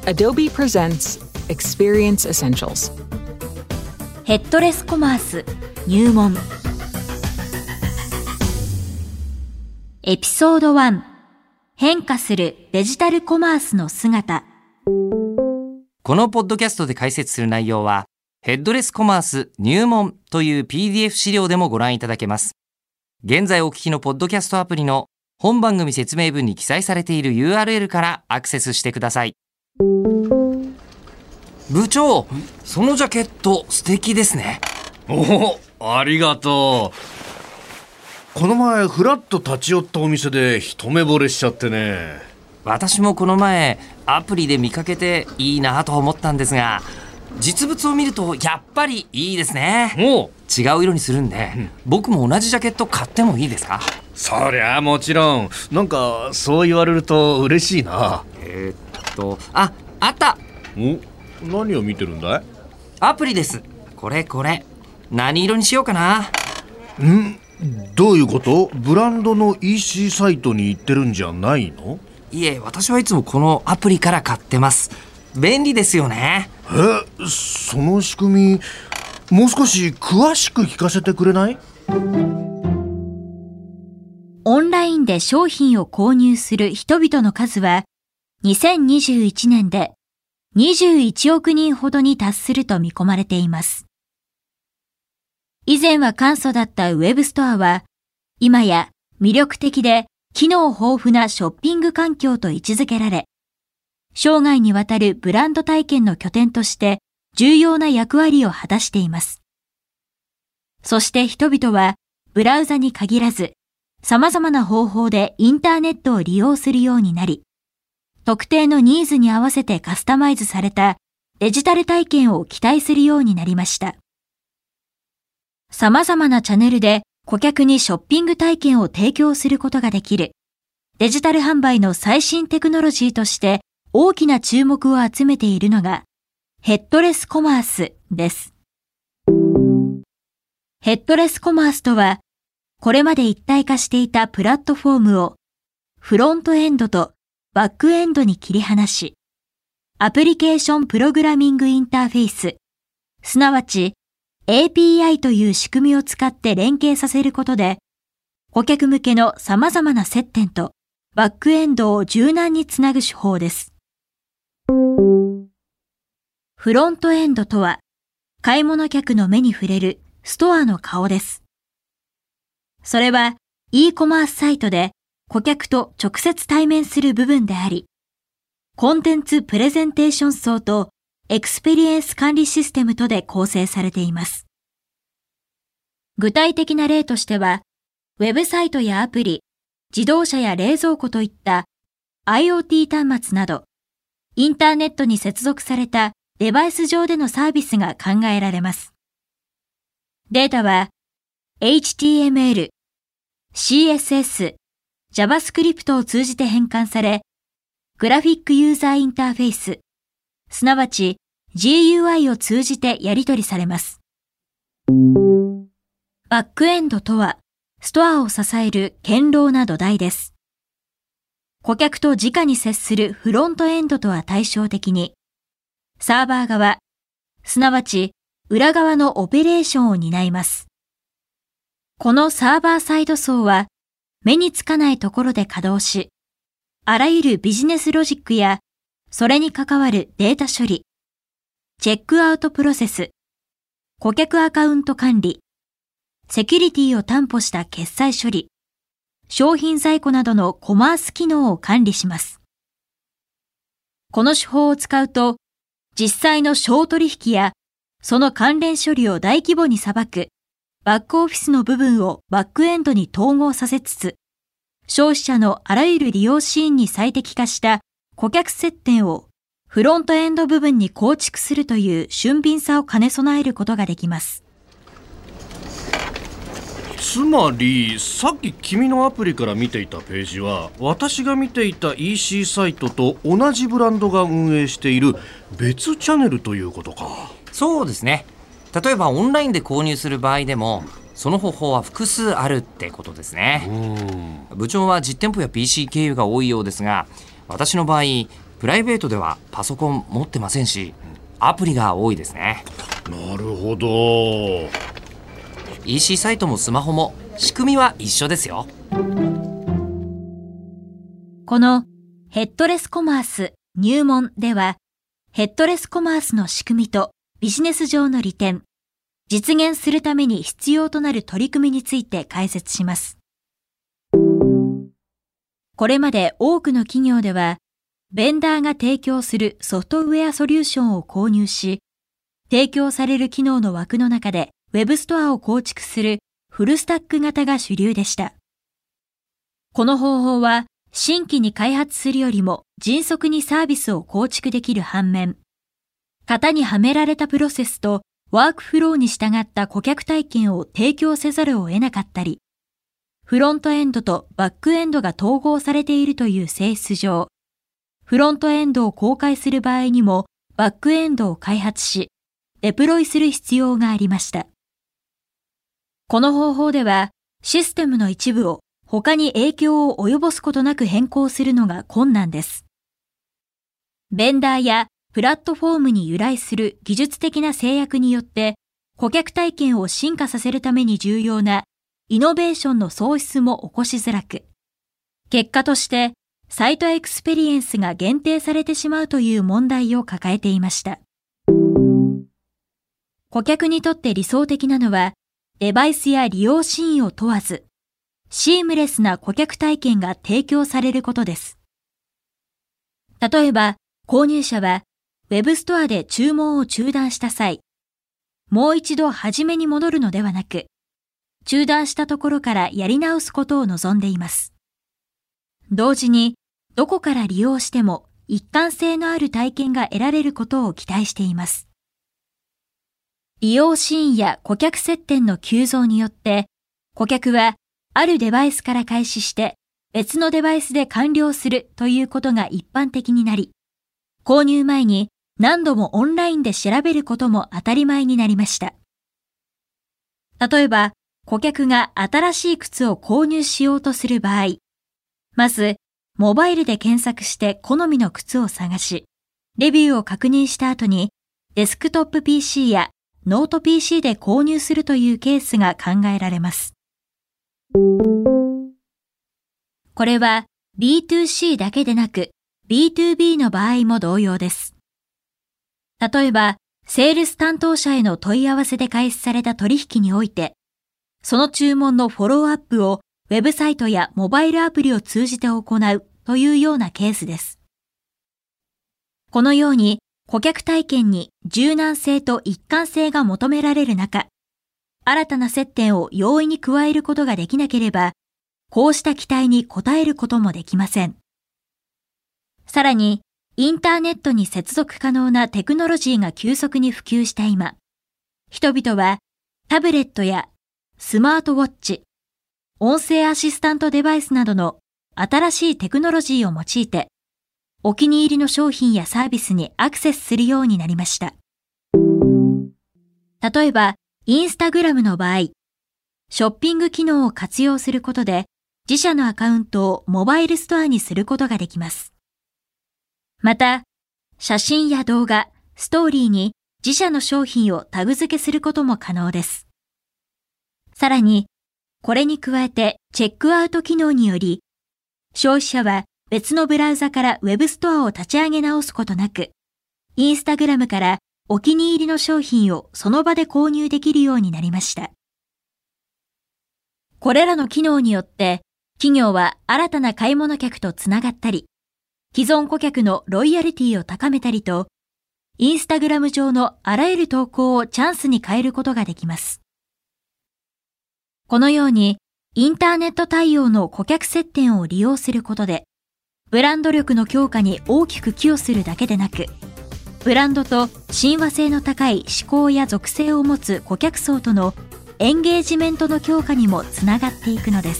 Adobe presents Experience Essentials. ヘッドレスコマース入門。エピソード1、変化するデジタルコマースの姿。 このポッドキャストで解説する内容は、ヘッドレスコマース入門という PDF 資料でもご覧いただけます。現在お聞きのポッドキャストアプリの本番組説明文に記載されている URL からアクセスしてください。部長、そのジャケット素敵ですね。 おお、ありがとう。この前フラッと立ち寄ったお店で一目惚れしちゃってね。 私もこの前アプリで見かけていいなと思ったんですが、実物を見るとやっぱりいいですね。違う色にするんで、僕も同じジャケット買ってもいいですか？ そりゃもちろん。なんかそう言われると嬉しいな。 あった。 何を見てるんだい？ アプリです。これ何色にしようかな。 どういうこと？ブランドの EC サイトに行ってるんじゃないの？ いえ、私はいつもこのアプリから買ってます。便利ですよね。 その仕組み、もう少し詳しく聞かせてくれない？ オンラインで商品を購入する人々の数は2021年で21億人ほどに達すると見込まれています。以前は簡素だったウェブストアは、今や魅力的で機能豊富なショッピング環境と位置づけられ、生涯にわたるブランド体験の拠点として重要な役割を果たしています。そして人々はブラウザに限らず、様々な方法でインターネットを利用するようになり、特定のニーズに合わせてカスタマイズされたデジタル体験を期待するようになりました。様々なチャンネルで顧客にショッピング体験を提供することができるデジタル販売の最新テクノロジーとして大きな注目を集めているのがヘッドレスコマースです。ヘッドレスコマースとは、これまで一体化していたプラットフォームをフロントエンドとバックエンドに切り離し、アプリケーションプログラミングインターフェース、すなわち API という仕組みを使って連携させることで、顧客向けの様々な接点とバックエンドを柔軟につなぐ手法です。フロントエンドとは、買い物客の目に触れるストアの顔です。それは e コマースサイトで顧客と直接対面する部分であり、コンテンツプレゼンテーション層とエクスペリエンス管理システムとで構成されています。具体的な例としては、ウェブサイトやアプリ、自動車や冷蔵庫といった IoT 端末など、インターネットに接続されたデバイス上でのサービスが考えられます。データは HTML、CSS、JavaScript を通じて変換され、グラフィックユーザーインターフェース、すなわち GUI を通じてやり取りされます。バックエンドとは、ストアを支える堅牢な土台です。顧客と直に接するフロントエンドとは対照的に、サーバー側、すなわち裏側のオペレーションを担います。このサーバーサイド層は目につかないところで稼働し、あらゆるビジネスロジックやそれに関わるデータ処理、チェックアウトプロセス、顧客アカウント管理、セキュリティを担保した決済処理、商品在庫などのコマース機能を管理します。この手法を使うと、実際の商取引やその関連処理を大規模に裁くバックオフィスの部分をバックエンドに統合させつつ、消費者のあらゆる利用シーンに最適化した顧客接点をフロントエンド部分に構築するという俊敏さを兼ね備えることができます。 つまりさっき君のアプリから見ていたページは、私が見ていた EC サイトと同じブランドが運営している別チャンネルということか。 そうですね。例えばオンラインで購入する場合でも、その方法は複数あるってことですね。部長は実店舗や PC 経由が多いようですが、私の場合プライベートではパソコン持ってませんし、アプリが多いですね。 なるほど。 EC サイトもスマホも仕組みは一緒ですよ。 このヘッドレスコマース入門では、ヘッドレスコマースの仕組みとビジネス上の利点、実現するために必要となる取り組みについて解説します。これまで多くの企業では、ベンダーが提供するソフトウェアソリューションを購入し、提供される機能の枠の中でウェブストアを構築するフルスタック型が主流でした。この方法は新規に開発するよりも迅速にサービスを構築できる反面、型にはめられたプロセスとワークフローに従った顧客体験を提供せざるを得なかったり、フロントエンドとバックエンドが統合されているという性質上、フロントエンドを公開する場合にもバックエンドを開発し、デプロイする必要がありました。この方法では、システムの一部を他に影響を及ぼすことなく変更するのが困難です。ベンダーやプラットフォームに由来する技術的な制約によって、顧客体験を進化させるために重要なイノベーションの創出も起こしづらく、結果としてサイトエクスペリエンスが限定されてしまうという問題を抱えていました。顧客にとって理想的なのは、デバイスや利用シーンを問わず、シームレスな顧客体験が提供されることです。例えば、購入者は、ウェブストアで注文を中断した際、もう一度初めに戻るのではなく、中断したところからやり直すことを望んでいます。同時に、どこから利用しても一貫性のある体験が得られることを期待しています。利用シーンや顧客接点の急増によって、顧客はあるデバイスから開始して別のデバイスで完了するということが一般的になり、購入前に何度もオンラインで調べることも当たり前になりました。例えば、顧客が新しい靴を購入しようとする場合、まず、モバイルで検索して好みの靴を探し、レビューを確認した後に、デスクトップ PC やノート PC で購入するというケースが考えられます。これは B2C だけでなく B2B の場合も同様です。例えば、セールス担当者への問い合わせで開始された取引において、その注文のフォローアップをウェブサイトやモバイルアプリを通じて行うというようなケースです。このように顧客体験に柔軟性と一貫性が求められる中、新たな接点を容易に加えることができなければ、こうした期待に応えることもできません。さらに、インターネットに接続可能なテクノロジーが急速に普及した今、人々はタブレットやスマートウォッチ、音声アシスタントデバイスなどの新しいテクノロジーを用いて、お気に入りの商品やサービスにアクセスするようになりました。例えば、インスタグラムの場合、ショッピング機能を活用することで、自社のアカウントをモバイルストアにすることができます。また、写真や動画、ストーリーに自社の商品をタグ付けすることも可能です。さらに、これに加えてチェックアウト機能により、消費者は別のブラウザからウェブストアを立ち上げ直すことなく、インスタグラムからお気に入りの商品をその場で購入できるようになりました。これらの機能によって、企業は新たな買い物客とつながったり、既存顧客のロイヤリティを高めたりと、インスタグラム上のあらゆる投稿をチャンスに変えることができます。このように、インターネット対応の顧客接点を利用することで、ブランド力の強化に大きく寄与するだけでなく、ブランドと親和性の高い思考や属性を持つ顧客層とのエンゲージメントの強化にもつながっていくのです。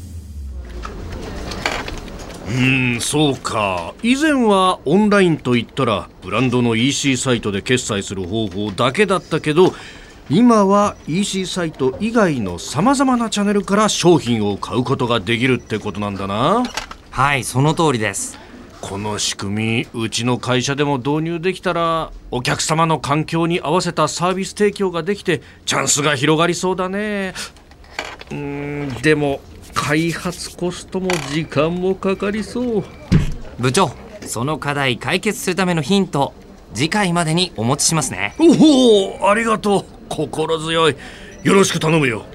そうか。以前はオンラインといったらブランドの EC サイトで決済する方法だけだったけど、今は EC サイト以外の様々なチャンネルから商品を買うことができるってことなんだな。 はい、その通りです。 この仕組み、うちの会社でも導入できたら、お客様の環境に合わせたサービス提供ができてチャンスが広がりそうだね。でも開発コストも時間もかかりそう。 部長、その課題解決するためのヒント、次回までにお持ちしますね。 おお、ありがとう。心強い。よろしく頼むよ。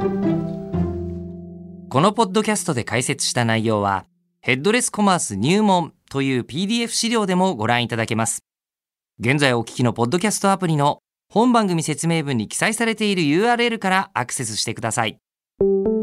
このポッドキャストで解説した内容はヘッドレスコマース入門という PDF 資料でもご覧いただけます。現在お聞きのポッドキャストアプリの本番組説明文に記載されている URL からアクセスしてください。